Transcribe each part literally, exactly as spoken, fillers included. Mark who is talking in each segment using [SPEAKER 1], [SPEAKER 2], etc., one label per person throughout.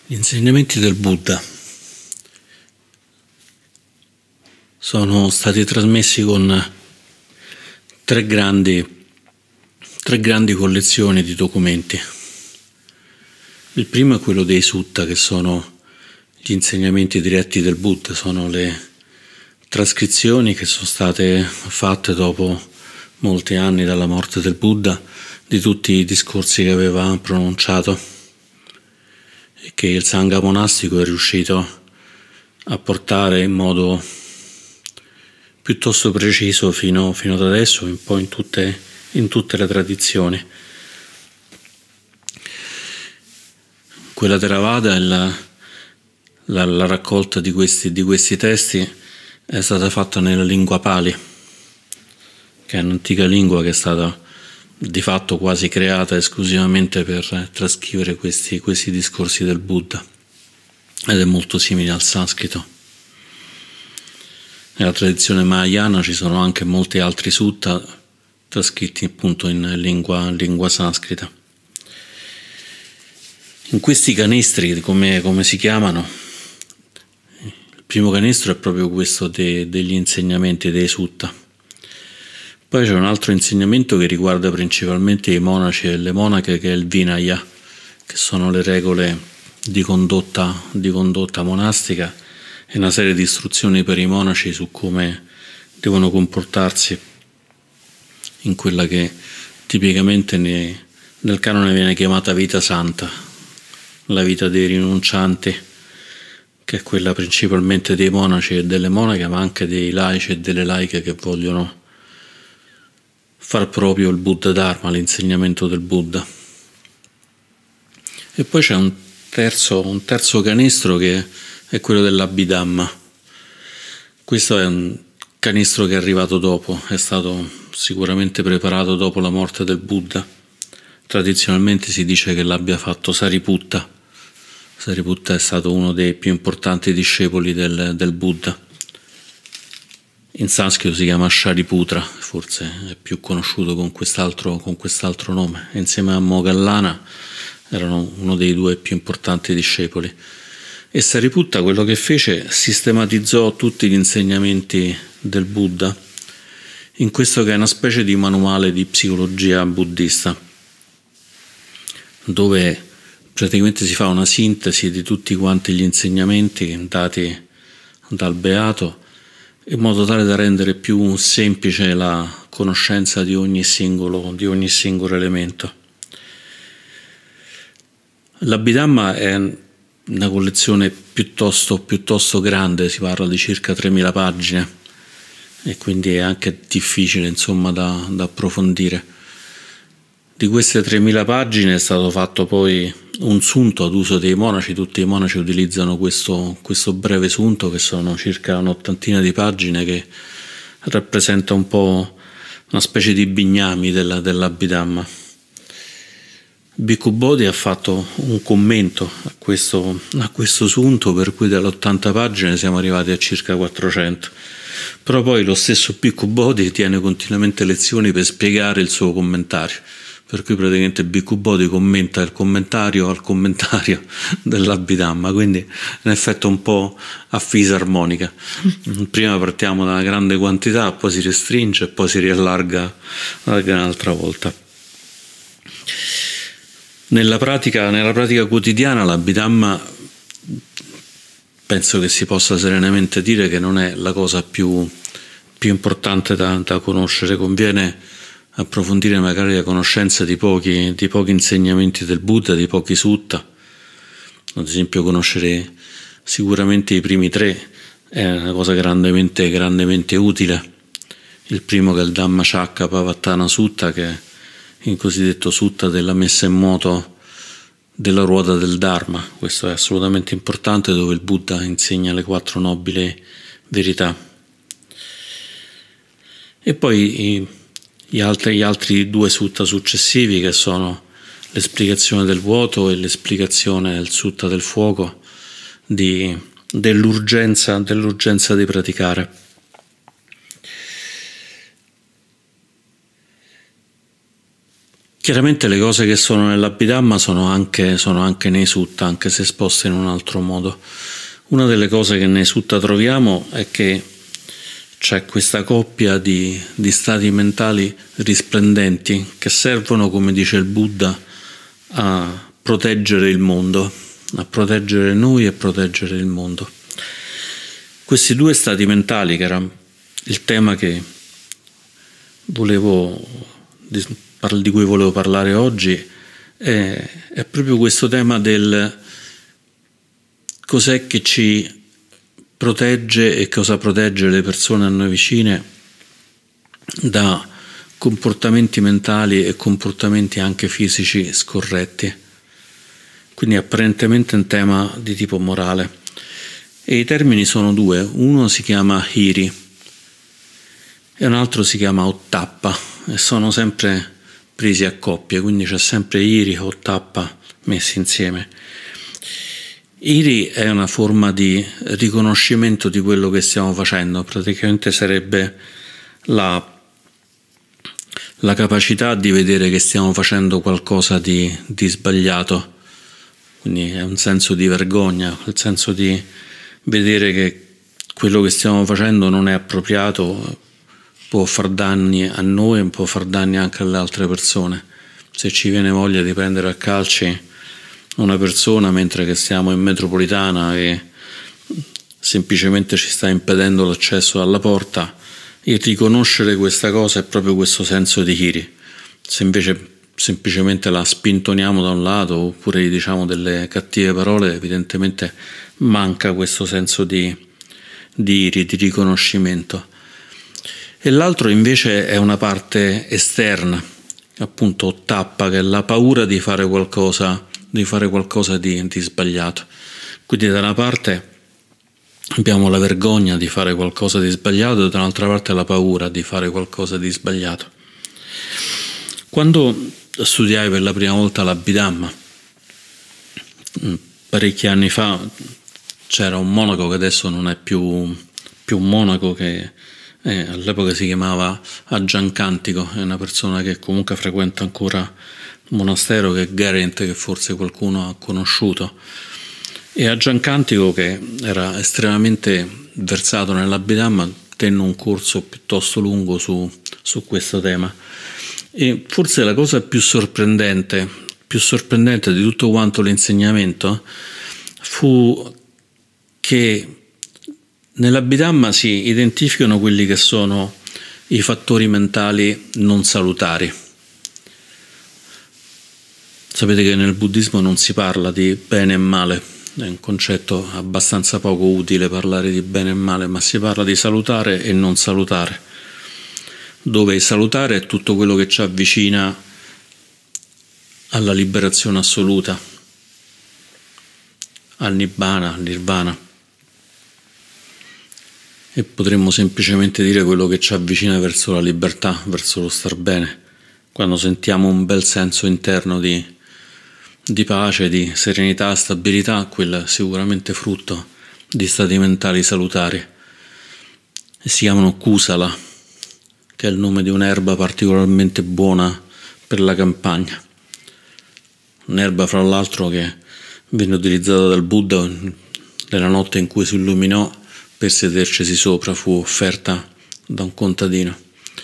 [SPEAKER 1] Gli insegnamenti del Buddha sono stati trasmessi con tre grandi, tre grandi collezioni di documenti. Il primo è quello dei sutta, che sono gli insegnamenti diretti del Buddha, sono le trascrizioni che sono state fatte dopo molti anni dalla morte del Buddha di tutti i discorsi che aveva pronunciato e che il Sangha monastico è riuscito a portare in modo piuttosto preciso fino, fino ad adesso, un po' in tutte, in tutte le tradizioni. Quella Theravada, la, la, la raccolta di questi, di questi testi è stata fatta nella lingua Pali, che è un'antica lingua che è stata di fatto quasi creata esclusivamente per trascrivere questi, questi discorsi del Buddha, ed è molto simile al sanscrito. Nella tradizione mahayana ci sono anche molti altri sutta trascritti appunto in lingua, lingua sanscrita. In questi canestri, come, come si chiamano, il primo canestro è proprio questo de, degli insegnamenti dei sutta. Poi c'è un altro insegnamento che riguarda principalmente i monaci e le monache, che è il Vinaya, che sono le regole di condotta, di condotta monastica, e una serie di istruzioni per i monaci su come devono comportarsi in quella che tipicamente ne, nel canone viene chiamata vita santa, la vita dei rinuncianti, che è quella principalmente dei monaci e delle monache, ma anche dei laici e delle laiche che vogliono far proprio il Buddha Dharma, l'insegnamento del Buddha. E poi c'è un terzo, un terzo canestro che è quello dell'Abhidhamma. Questo è un canestro che è arrivato dopo, è stato sicuramente preparato dopo la morte del Buddha. Tradizionalmente si dice che l'abbia fatto Sariputta. Sariputta è stato uno dei più importanti discepoli del, del Buddha. In sanscrito si chiama Shariputra, forse è più conosciuto con quest'altro, con quest'altro nome. Insieme a Moggallana erano uno dei due più importanti discepoli. E Sariputta quello che fece, sistematizzò tutti gli insegnamenti del Buddha in questo che è una specie di manuale di psicologia buddista, dove praticamente si fa una sintesi di tutti quanti gli insegnamenti dati dal Beato, in modo tale da rendere più semplice la conoscenza di ogni singolo, di ogni singolo elemento. L'Abhidhamma è una collezione piuttosto, piuttosto grande, si parla di circa tremila pagine, e quindi è anche difficile insomma da, da approfondire. Di queste tremila pagine è stato fatto poi un sunto ad uso dei monaci. Tutti i monaci utilizzano questo, questo breve sunto, che sono circa un'ottantina di pagine, che rappresenta un po' una specie di bignami della, dell'Abhidhamma. Bhikkhu Bodhi ha fatto un commento a questo, a questo sunto, per cui dalle ottanta pagine siamo arrivati a circa quattrocento. Però poi lo stesso Bhikkhu Bodhi tiene continuamente lezioni per spiegare il suo commentario, per cui praticamente Bhikkhu Bodhi commenta il commentario al commentario dell'Abhidhamma, quindi in effetti un po' a fisarmonica. Prima partiamo da una grande quantità, poi si restringe e poi si riallarga un'altra volta. Nella pratica, nella pratica quotidiana l'Abhidhamma penso che si possa serenamente dire che non è la cosa più, più importante da, da conoscere. Conviene approfondire magari la conoscenza di pochi, di pochi insegnamenti del Buddha, di pochi sutta. Ad esempio conoscere sicuramente i primi tre è una cosa grandemente, grandemente utile. Il primo, che è il Dhammacakkappavattana Sutta, che è il cosiddetto sutta della messa in moto della ruota del Dharma. Questo è assolutamente importante, dove il Buddha insegna le quattro nobili verità. E poi gli altri, gli altri due sutta successivi, che sono l'esplicazione del vuoto e l'esplicazione del sutta del fuoco, di, dell'urgenza, dell'urgenza di praticare. Chiaramente le cose che sono nell'Abhidhamma sono anche, sono anche nei sutta, anche se esposte in un altro modo. Una delle cose che nei sutta troviamo è che c'è questa coppia di, di stati mentali risplendenti che servono, come dice il Buddha, a proteggere il mondo, a proteggere noi e proteggere il mondo. Questi due stati mentali, che era il tema che volevo, di, di cui volevo parlare oggi, è, è proprio questo tema del cos'è che ci protegge e cosa protegge le persone a noi vicine da comportamenti mentali e comportamenti anche fisici scorretti. Quindi apparentemente un tema di tipo morale. E i termini sono due, uno si chiama hiri e un altro si chiama ottappa, e sono sempre presi a coppie, quindi c'è sempre hiri e ottappa messi insieme. Hiri è una forma di riconoscimento di quello che stiamo facendo, praticamente sarebbe la, la capacità di vedere che stiamo facendo qualcosa di, di sbagliato, quindi è un senso di vergogna, il senso di vedere che quello che stiamo facendo non è appropriato, può far danni a noi e può far danni anche alle altre persone. Se ci viene voglia di prendere a calci una persona mentre che stiamo in metropolitana e semplicemente ci sta impedendo l'accesso alla porta, il riconoscere questa cosa è proprio questo senso di hiri. Se invece semplicemente la spintoniamo da un lato oppure gli diciamo delle cattive parole, evidentemente manca questo senso di, di hiri, di riconoscimento. E l'altro invece è una parte esterna, appunto ottappa, che è la paura di fare qualcosa di fare qualcosa di, di sbagliato. Quindi da una parte abbiamo la vergogna di fare qualcosa di sbagliato e dall'altra parte la paura di fare qualcosa di sbagliato. Quando studiai per la prima volta l'Abhidhamma, parecchi anni fa, c'era un monaco che adesso non è più, più un monaco, che eh, all'epoca si chiamava Ajahn Cantico, è una persona che comunque frequenta ancora monastero, che è Garent, che forse qualcuno ha conosciuto. E Ajahn Cantico, che era estremamente versato nell'Abhidhamma, tenne un corso piuttosto lungo su, su questo tema. E forse la cosa più sorprendente, più sorprendente di tutto quanto l'insegnamento fu che nell'Abhidhamma si identificano quelli che sono i fattori mentali non salutari. Sapete che nel buddismo non si parla di bene e male, è un concetto abbastanza poco utile parlare di bene e male, ma si parla di salutare e non salutare, dove salutare è tutto quello che ci avvicina alla liberazione assoluta, al nibbana, al nirvana, e potremmo semplicemente dire quello che ci avvicina verso la libertà, verso lo star bene, quando sentiamo un bel senso interno di di pace, di serenità, stabilità, quella è sicuramente frutto di stati mentali salutari. E si chiamano kusala, che è il nome di un'erba particolarmente buona per la campagna. Un'erba, fra l'altro, che venne utilizzata dal Buddha nella notte in cui si illuminò per sedercisi sopra, fu offerta da un contadino.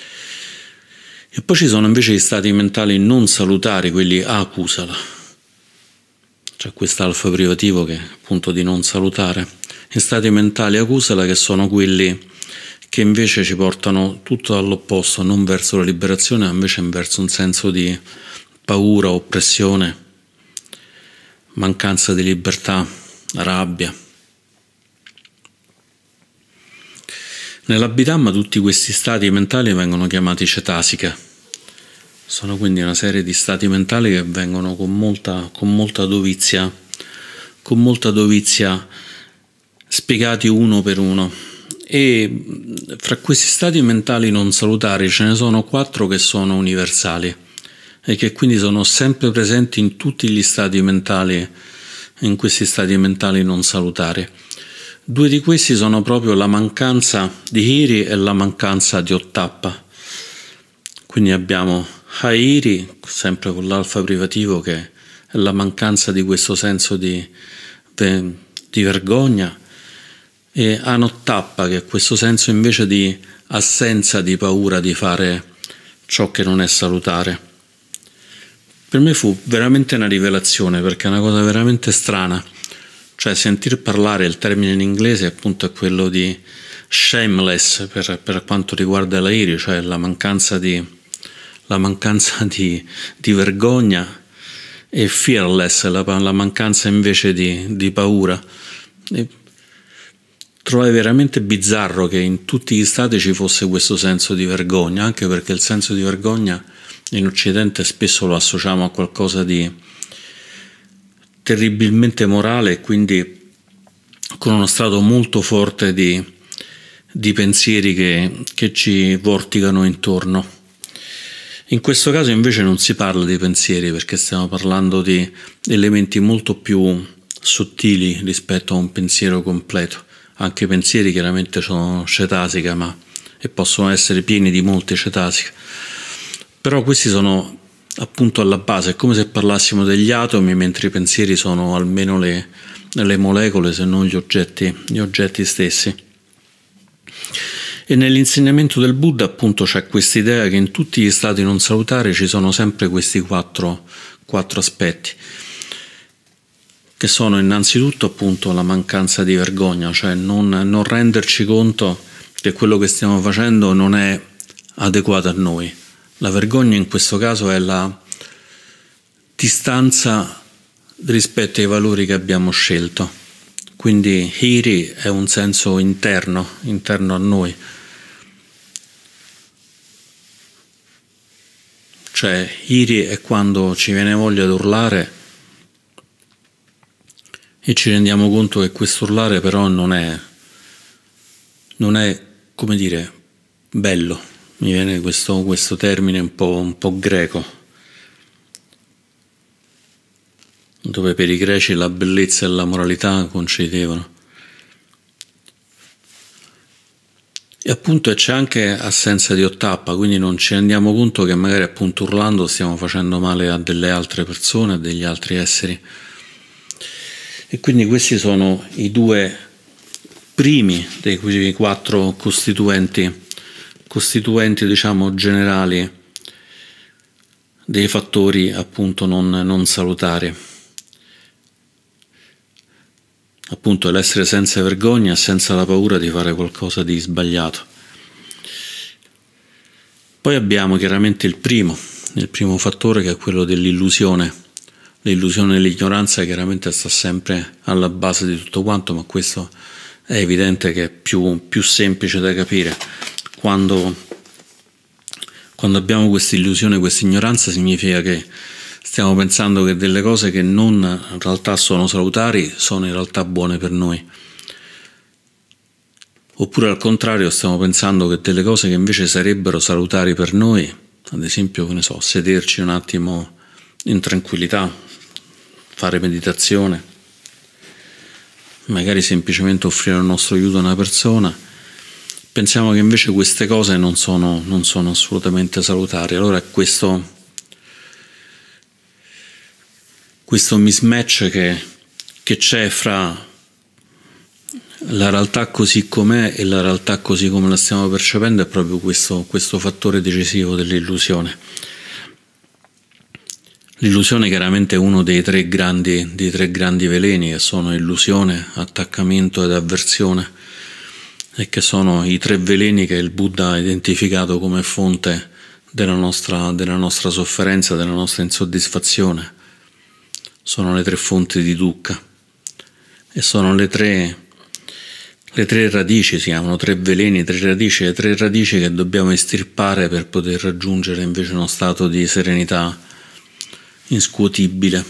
[SPEAKER 1] E poi ci sono invece gli stati mentali non salutari, quelli akusala. C'è quest'alfa privativo che è appunto di non salutare. E stati mentali akusala, che sono quelli che invece ci portano tutto all'opposto, non verso la liberazione, ma invece verso un senso di paura, oppressione, mancanza di libertà, rabbia. Nell'Abhidhamma tutti questi stati mentali vengono chiamati cetasika. Sono quindi una serie di stati mentali che vengono con molta, con molta dovizia, con molta dovizia spiegati uno per uno. E fra questi stati mentali non salutari ce ne sono quattro che sono universali e che quindi sono sempre presenti in tutti gli stati mentali, in questi stati mentali non salutari. Due di questi sono proprio la mancanza di hiri e la mancanza di ottappa. Quindi abbiamo Hairi, sempre con l'alfa privativo, che è la mancanza di questo senso di, di vergogna, e Anottappa, che è questo senso invece di assenza di paura di fare ciò che non è salutare. Per me fu veramente una rivelazione, perché è una cosa veramente strana, cioè sentir parlare, il termine in inglese appunto è quello di shameless per, per quanto riguarda l'aereo, cioè la mancanza di, la mancanza di, di vergogna, e fearless, la, la mancanza invece di, di paura. E trovai veramente bizzarro che in tutti gli stati ci fosse questo senso di vergogna, anche perché il senso di vergogna in Occidente spesso lo associamo a qualcosa di terribilmente morale, e quindi con uno strato molto forte di, di pensieri che, che ci vorticano intorno. In questo caso invece non si parla di pensieri, perché stiamo parlando di elementi molto più sottili rispetto a un pensiero completo. Anche i pensieri chiaramente sono cetasica, ma e possono essere pieni di molte cetasiche. Però questi sono appunto alla base, è come se parlassimo degli atomi, mentre i pensieri sono almeno le, le molecole, se non gli oggetti, gli oggetti stessi. E nell'insegnamento del Buddha appunto c'è questa idea che in tutti gli stati non salutari ci sono sempre questi quattro, quattro aspetti, che sono innanzitutto appunto la mancanza di vergogna, cioè non, non renderci conto che quello che stiamo facendo non è adeguato a noi. La vergogna in questo caso è la distanza rispetto ai valori che abbiamo scelto. Quindi hiri è un senso interno, interno a noi. Cioè hiri è quando ci viene voglia di urlare e ci rendiamo conto che questo urlare però non è, non è, come dire, bello. Mi viene questo, questo termine un po', un po' greco, dove per i greci la bellezza e la moralità concedevano. E appunto c'è anche assenza di ottappa, quindi non ci rendiamo conto che magari appunto urlando stiamo facendo male a delle altre persone, a degli altri esseri. E quindi questi sono i due primi dei quattro costituenti, costituenti diciamo generali dei fattori appunto non, non salutari. Appunto l'essere senza vergogna, senza la paura di fare qualcosa di sbagliato. Poi abbiamo chiaramente il primo, il primo fattore, che è quello dell'illusione. L'illusione e l'ignoranza chiaramente sta sempre alla base di tutto quanto, ma questo è evidente che è più, più semplice da capire. Quando, quando abbiamo questa illusione, questa ignoranza, significa che stiamo pensando che delle cose che non in realtà sono salutari sono in realtà buone per noi. Oppure al contrario, stiamo pensando che delle cose che invece sarebbero salutari per noi, ad esempio, che ne so, sederci un attimo in tranquillità, fare meditazione, magari semplicemente offrire il nostro aiuto a una persona, pensiamo che invece queste cose non sono, non sono assolutamente salutari. Allora è questo, questo mismatch che, che c'è fra la realtà così com'è e la realtà così come la stiamo percependo, è proprio questo, questo fattore decisivo dell'illusione. L'illusione chiaramente è uno dei tre grandi, dei tre grandi veleni, che sono illusione, attaccamento ed avversione, e che sono i tre veleni che il Buddha ha identificato come fonte della nostra, della nostra sofferenza, della nostra insoddisfazione. Sono le tre fonti di dukkha e sono le tre, le tre radici, si chiamano tre veleni, tre radici, le tre radici che dobbiamo estirpare per poter raggiungere invece uno stato di serenità inscuotibile.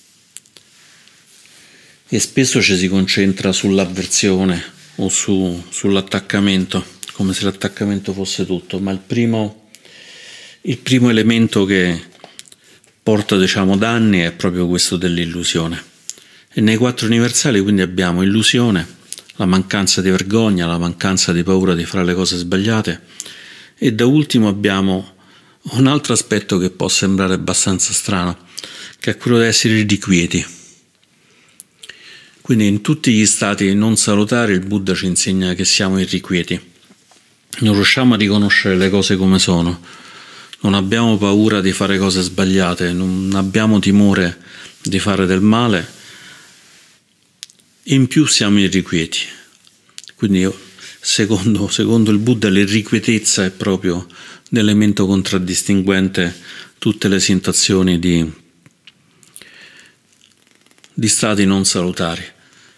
[SPEAKER 1] E spesso ci si concentra sull'avversione o su, sull'attaccamento, come se l'attaccamento fosse tutto, ma il primo, il primo elemento che porta diciamo danni è proprio questo dell'illusione. E nei quattro universali quindi abbiamo illusione, la mancanza di vergogna, la mancanza di paura di fare le cose sbagliate, e da ultimo abbiamo un altro aspetto che può sembrare abbastanza strano, che è quello di essere irrequieti. Quindi in tutti gli stati non salutari il Buddha ci insegna che siamo irrequieti. Non riusciamo a riconoscere le cose come sono, non abbiamo paura di fare cose sbagliate, non abbiamo timore di fare del male, in più siamo irrequieti. Quindi secondo, secondo il Buddha l'irrequietezza è proprio l'elemento contraddistinguente tutte le situazioni di, di stati non salutari.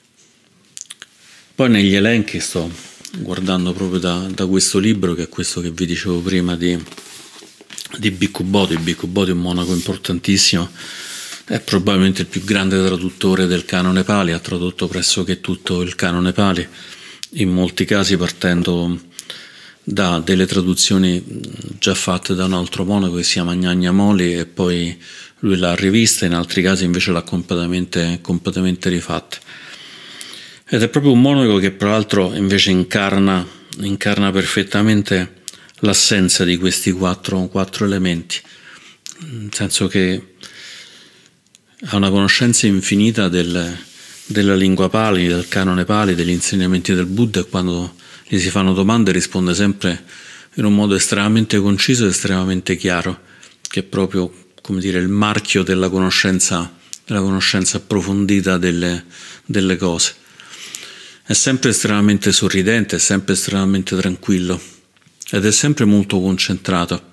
[SPEAKER 1] Poi negli elenchi sto guardando proprio da, da questo libro, che è questo che vi dicevo prima di, di Bhikkhu Bodhi. Bhikkhu Bodhi è un monaco importantissimo, è probabilmente il più grande traduttore del canone Pali, ha tradotto pressoché tutto il canone Pali, in molti casi partendo da delle traduzioni già fatte da un altro monaco che si chiama Gnagna Moli e poi lui l'ha rivista, in altri casi invece l'ha completamente, completamente rifatta. Ed è proprio un monaco che tra l'altro invece incarna, incarna perfettamente l'assenza di questi quattro, quattro elementi, nel senso che ha una conoscenza infinita del, della lingua Pali, del canone Pali, degli insegnamenti del Buddha, e quando gli si fanno domande risponde sempre in un modo estremamente conciso e estremamente chiaro, che è proprio, come dire, il marchio della conoscenza, della conoscenza approfondita delle, delle cose. È sempre estremamente sorridente, è sempre estremamente tranquillo ed è sempre molto concentrato.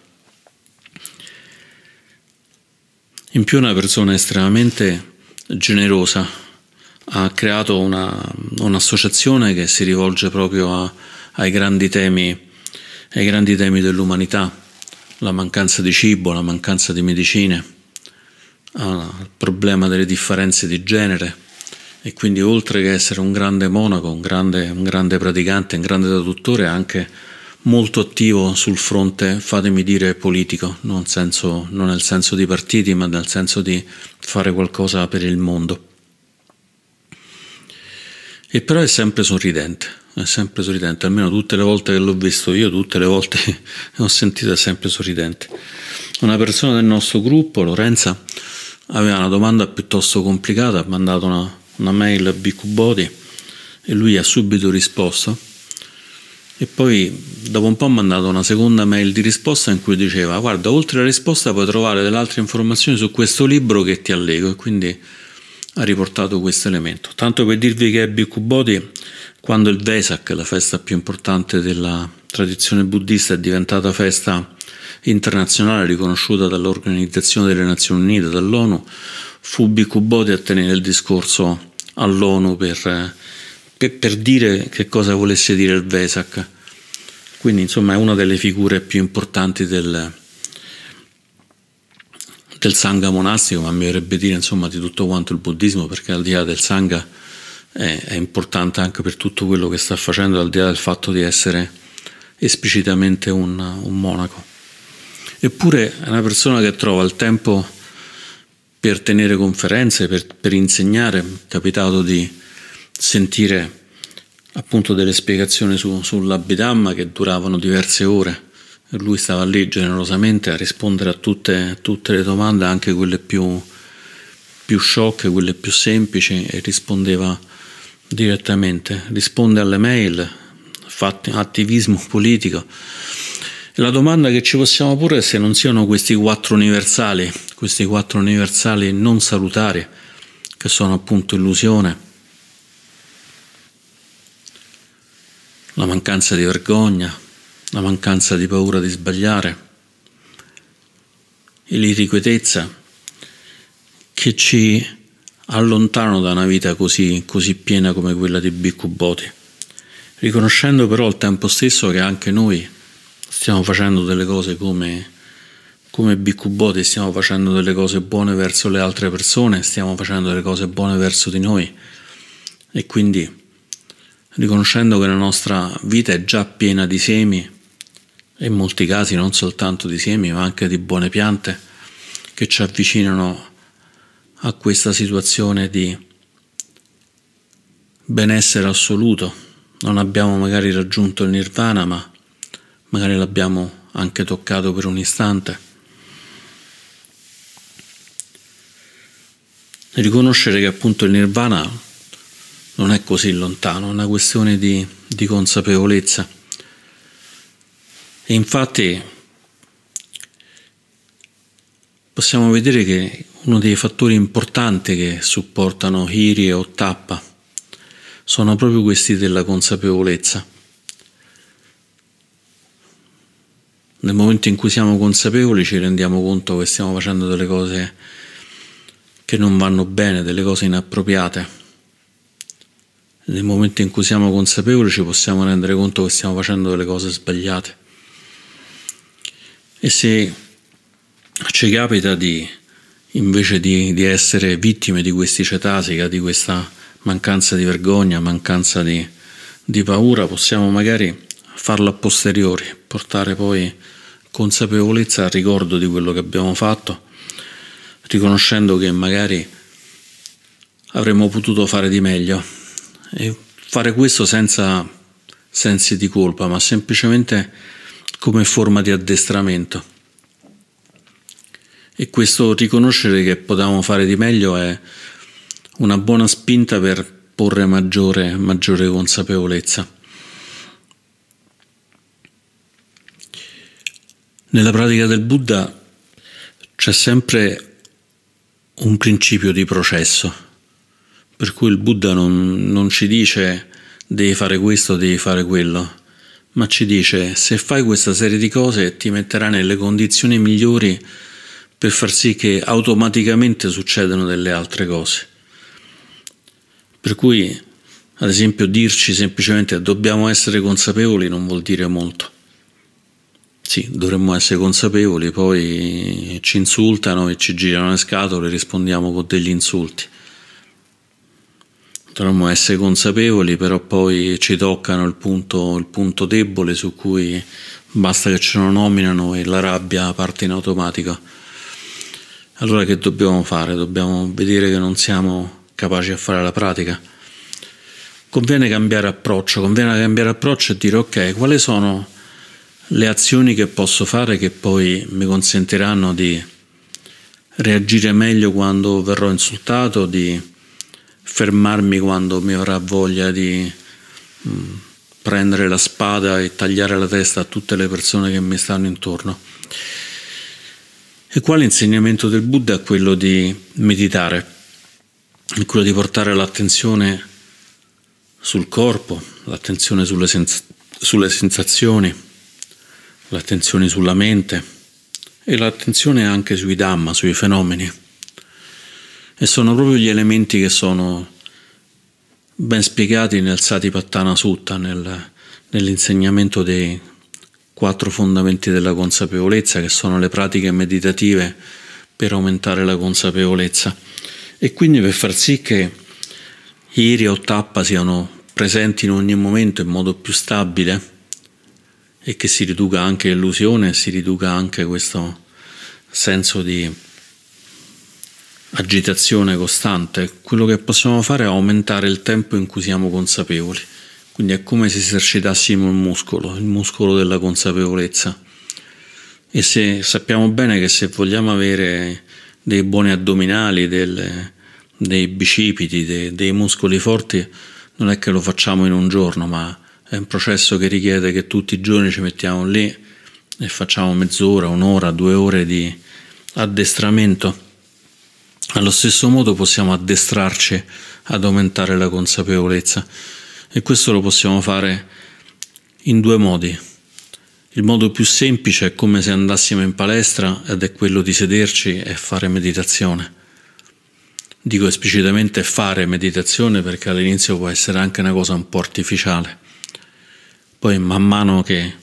[SPEAKER 1] In più è una persona estremamente generosa, ha creato una, un'associazione che si rivolge proprio a, ai grandi temi, ai grandi temi dell'umanità, la mancanza di cibo, la mancanza di medicine, il problema delle differenze di genere. E quindi oltre che essere un grande monaco, un grande, un grande praticante, un grande traduttore, è anche molto attivo sul fronte, fatemi dire, politico, non, senso, non nel senso di partiti, ma nel senso di fare qualcosa per il mondo. E però è sempre sorridente, è sempre sorridente, almeno tutte le volte che l'ho visto io, tutte le volte che ho sentito è sempre sorridente. Una persona del nostro gruppo, Lorenza, aveva una domanda piuttosto complicata, ha mandato una una mail a Bhikkhu Bodhi e lui ha subito risposto, e poi dopo un po' mi ha mandato una seconda mail di risposta in cui diceva: guarda, oltre alla risposta puoi trovare delle altre informazioni su questo libro che ti allego, e quindi ha riportato questo elemento. Tanto per dirvi che Bhikkhu Bodhi, quando il Vesak, la festa più importante della tradizione buddista, è diventata festa internazionale riconosciuta dall'Organizzazione delle Nazioni Unite, dall'ONU, fu Bhikkhu Bodhi a tenere il discorso all'ONU per, per, per dire che cosa volesse dire il Vesak. Quindi insomma è una delle figure più importanti del, del Sangha monastico, ma mi verrebbe dire insomma di tutto quanto il buddismo, perché al di là del Sangha è, è importante anche per tutto quello che sta facendo, al di là del fatto di essere esplicitamente un, un monaco. Eppure è una persona che trova il tempo per tenere conferenze, per, per insegnare. È capitato di sentire appunto delle spiegazioni su, sull'Abhidhamma che duravano diverse ore, e lui stava lì generosamente a rispondere a tutte, tutte le domande, anche quelle più, più sciocche, quelle più semplici, e rispondeva direttamente. Risponde alle mail, fa attivismo politico. E la domanda che ci possiamo porre è se non siano questi quattro universali, questi quattro universali non salutari, che sono appunto illusione, la mancanza di vergogna, la mancanza di paura di sbagliare e l'irrequietezza, che ci allontanano da una vita così, così piena come quella di Bhikkhu Bodhi, riconoscendo però al tempo stesso che anche noi stiamo facendo delle cose come, come Bhikkhu Bodhi, stiamo facendo delle cose buone verso le altre persone, stiamo facendo delle cose buone verso di noi, e quindi riconoscendo che la nostra vita è già piena di semi, e in molti casi non soltanto di semi ma anche di buone piante che ci avvicinano a questa situazione di benessere assoluto. Non abbiamo magari raggiunto il nirvana, ma magari l'abbiamo anche toccato per un istante. E riconoscere che appunto il nirvana non è così lontano, è una questione di, di consapevolezza. E infatti possiamo vedere che uno dei fattori importanti che supportano Hiri e Ottappa sono proprio questi della consapevolezza. Nel momento in cui siamo consapevoli ci rendiamo conto che stiamo facendo delle cose che non vanno bene, delle cose inappropriate. Nel momento in cui siamo consapevoli ci possiamo rendere conto che stiamo facendo delle cose sbagliate. E se ci capita di, invece di, di essere vittime di questi cetasica, di questa mancanza di vergogna, mancanza di, di paura, possiamo magari farlo a posteriori, portare poi consapevolezza al ricordo di quello che abbiamo fatto, riconoscendo che magari avremmo potuto fare di meglio, e fare questo senza sensi di colpa, ma semplicemente come forma di addestramento. E questo riconoscere che potevamo fare di meglio è una buona spinta per porre maggiore, maggiore consapevolezza. Nella pratica del Buddha c'è sempre un principio di processo, per cui il Buddha non, non ci dice devi fare questo, devi fare quello, ma ci dice se fai questa serie di cose ti metterà nelle condizioni migliori per far sì che automaticamente succedano delle altre cose. Per cui, ad esempio, dirci semplicemente dobbiamo essere consapevoli non vuol dire molto. Sì, dovremmo essere consapevoli, poi ci insultano e ci girano le scatole e rispondiamo con degli insulti. Dovremmo essere consapevoli, però poi ci toccano il punto, il punto debole su cui basta che ce lo nominano e la rabbia parte in automatico. Allora che dobbiamo fare? Dobbiamo vedere che non siamo capaci a fare la pratica. Conviene cambiare approccio, conviene cambiare approccio e dire ok, quali sono le azioni che posso fare che poi mi consentiranno di reagire meglio quando verrò insultato, di fermarmi quando mi avrà voglia di mh, prendere la spada e tagliare la testa a tutte le persone che mi stanno intorno. E qua l'insegnamento del Buddha è quello di meditare, è quello di portare l'attenzione sul corpo, l'attenzione sulle, sens- sulle sensazioni, l'attenzione sulla mente e l'attenzione anche sui Dhamma, sui fenomeni. E sono proprio gli elementi che sono ben spiegati nel Satipatthana Sutta, nel, nell'insegnamento dei quattro fondamenti della consapevolezza, che sono le pratiche meditative per aumentare la consapevolezza. E quindi per far sì che Hiri e Ottappa siano presenti in ogni momento in modo più stabile e che si riduca anche l'illusione, si riduca anche questo senso di agitazione costante, quello che possiamo fare è aumentare il tempo in cui siamo consapevoli. Quindi è come se esercitassimo il muscolo, il muscolo della consapevolezza. E se sappiamo bene che se vogliamo avere dei buoni addominali, delle, dei bicipiti, dei, dei muscoli forti, non è che lo facciamo in un giorno, ma è un processo che richiede che tutti i giorni ci mettiamo lì e facciamo mezz'ora, un'ora, due ore di addestramento. Allo stesso modo possiamo addestrarci ad aumentare la consapevolezza. E questo lo possiamo fare in due modi. Il modo più semplice è come se andassimo in palestra ed è quello di sederci e fare meditazione. Dico esplicitamente fare meditazione perché all'inizio può essere anche una cosa un po' artificiale. Poi man mano che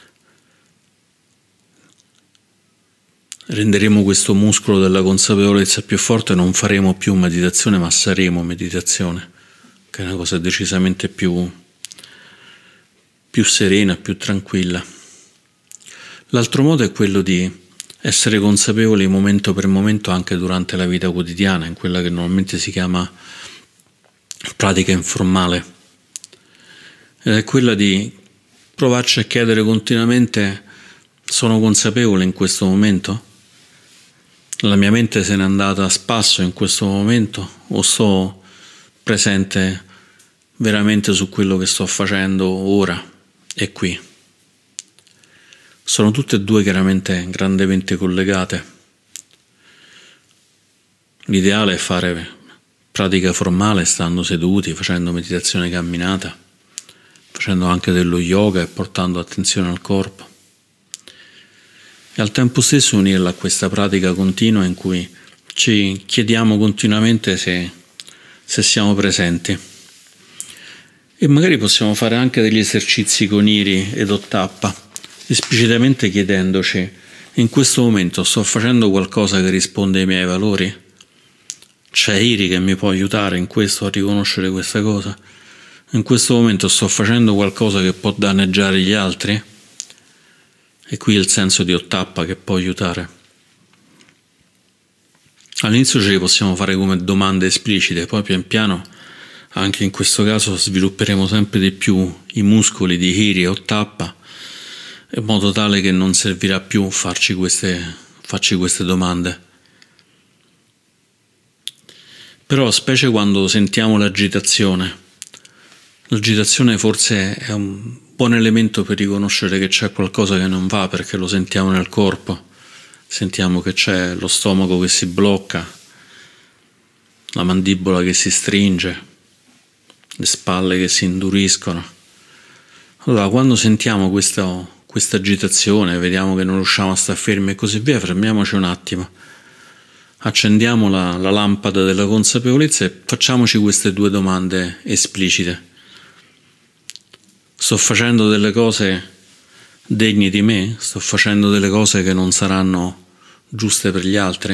[SPEAKER 1] renderemo questo muscolo della consapevolezza più forte non faremo più meditazione ma saremo meditazione, che è una cosa decisamente più, più serena, più tranquilla. L'altro modo è quello di essere consapevoli momento per momento anche durante la vita quotidiana, in quella che normalmente si chiama pratica informale, ed è quella di provarci a chiedere continuamente Sono consapevole in questo momento? La mia mente se n'è andata a spasso in questo momento o sto presente veramente su quello che sto facendo ora e qui? Sono tutte e due chiaramente grandemente collegate. L'ideale è fare pratica formale stando seduti, facendo meditazione camminata, facendo anche dello yoga e portando attenzione al corpo. E al tempo stesso unirla a questa pratica continua in cui ci chiediamo continuamente se, se siamo presenti. E magari possiamo fare anche degli esercizi con Iri ed Ottappa, esplicitamente chiedendoci: in questo momento sto facendo qualcosa che risponde ai miei valori? C'è Iri che mi può aiutare in questo, a riconoscere questa cosa? In questo momento sto facendo qualcosa che può danneggiare gli altri? E qui il senso di Ottappa che può aiutare. All'inizio ce li possiamo fare come domande esplicite, poi pian piano, anche in questo caso, svilupperemo sempre di più i muscoli di Iri e Ottappa, in modo tale che non servirà più farci queste, farci queste domande. Però, specie quando sentiamo l'agitazione, l'agitazione forse è un buon elemento per riconoscere che c'è qualcosa che non va, perché lo sentiamo nel corpo, sentiamo che c'è lo stomaco che si blocca, la mandibola che si stringe, le spalle che si induriscono. Allora, quando sentiamo questa, questa agitazione, vediamo che non riusciamo a stare fermi e così via, fermiamoci un attimo, accendiamo la, la lampada della consapevolezza e facciamoci queste due domande esplicite. Sto facendo delle cose degne di me? Sto facendo delle cose che non saranno giuste per gli altri?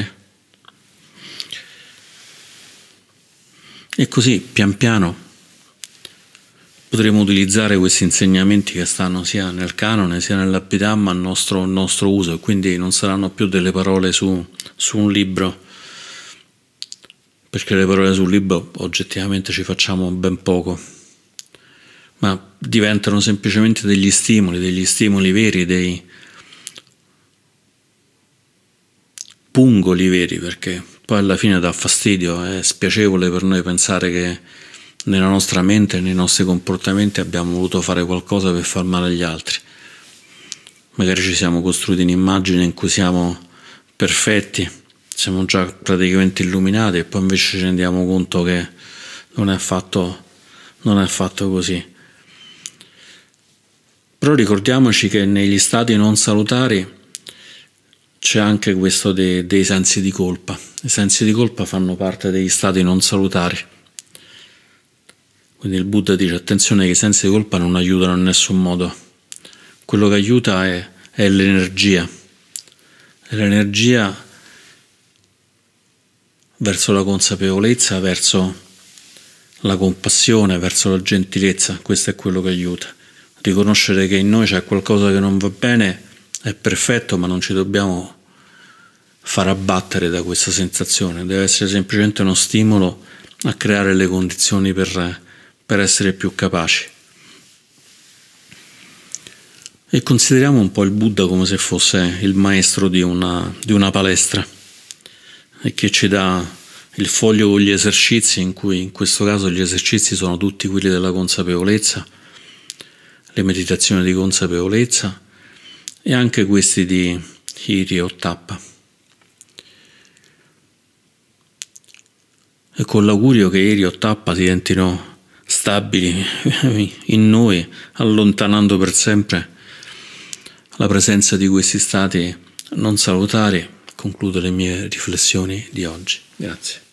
[SPEAKER 1] E così, pian piano, potremo utilizzare questi insegnamenti che stanno sia nel canone sia nell'Abhidhamma a nostro, nostro uso, e quindi non saranno più delle parole su, su un libro, perché le parole sul libro oggettivamente ci facciamo ben poco, ma diventano semplicemente degli stimoli, degli stimoli veri, dei pungoli veri, perché poi alla fine dà fastidio, è spiacevole per noi pensare che nella nostra mente, nei nostri comportamenti abbiamo voluto fare qualcosa per far male agli altri. Magari ci siamo costruiti un'immagine in cui siamo perfetti, siamo già praticamente illuminati, e poi invece ci rendiamo conto che non è affatto, non è affatto così. Però ricordiamoci che negli stati non salutari c'è anche questo dei, dei sensi di colpa. I sensi di colpa fanno parte degli stati non salutari. Quindi il Buddha dice: attenzione che i sensi di colpa non aiutano in nessun modo. Quello che aiuta è, è l'energia. È l'energia verso la consapevolezza, verso la compassione, verso la gentilezza. Questo è quello che aiuta. Riconoscere che in noi c'è qualcosa che non va bene è perfetto, ma non ci dobbiamo far abbattere da questa sensazione. Deve essere semplicemente uno stimolo a creare le condizioni per, per essere più capaci. E consideriamo un po' il Buddha come se fosse il maestro di una, di una palestra, e che ci dà il foglio con gli esercizi, in cui in questo caso gli esercizi sono tutti quelli della consapevolezza, le meditazioni di consapevolezza e anche questi di Iri e Ottappa. E con l'augurio che Iri e Ottappa diventino stabili in noi, allontanando per sempre la presenza di questi stati non salutari, concludo le mie riflessioni di oggi. Grazie.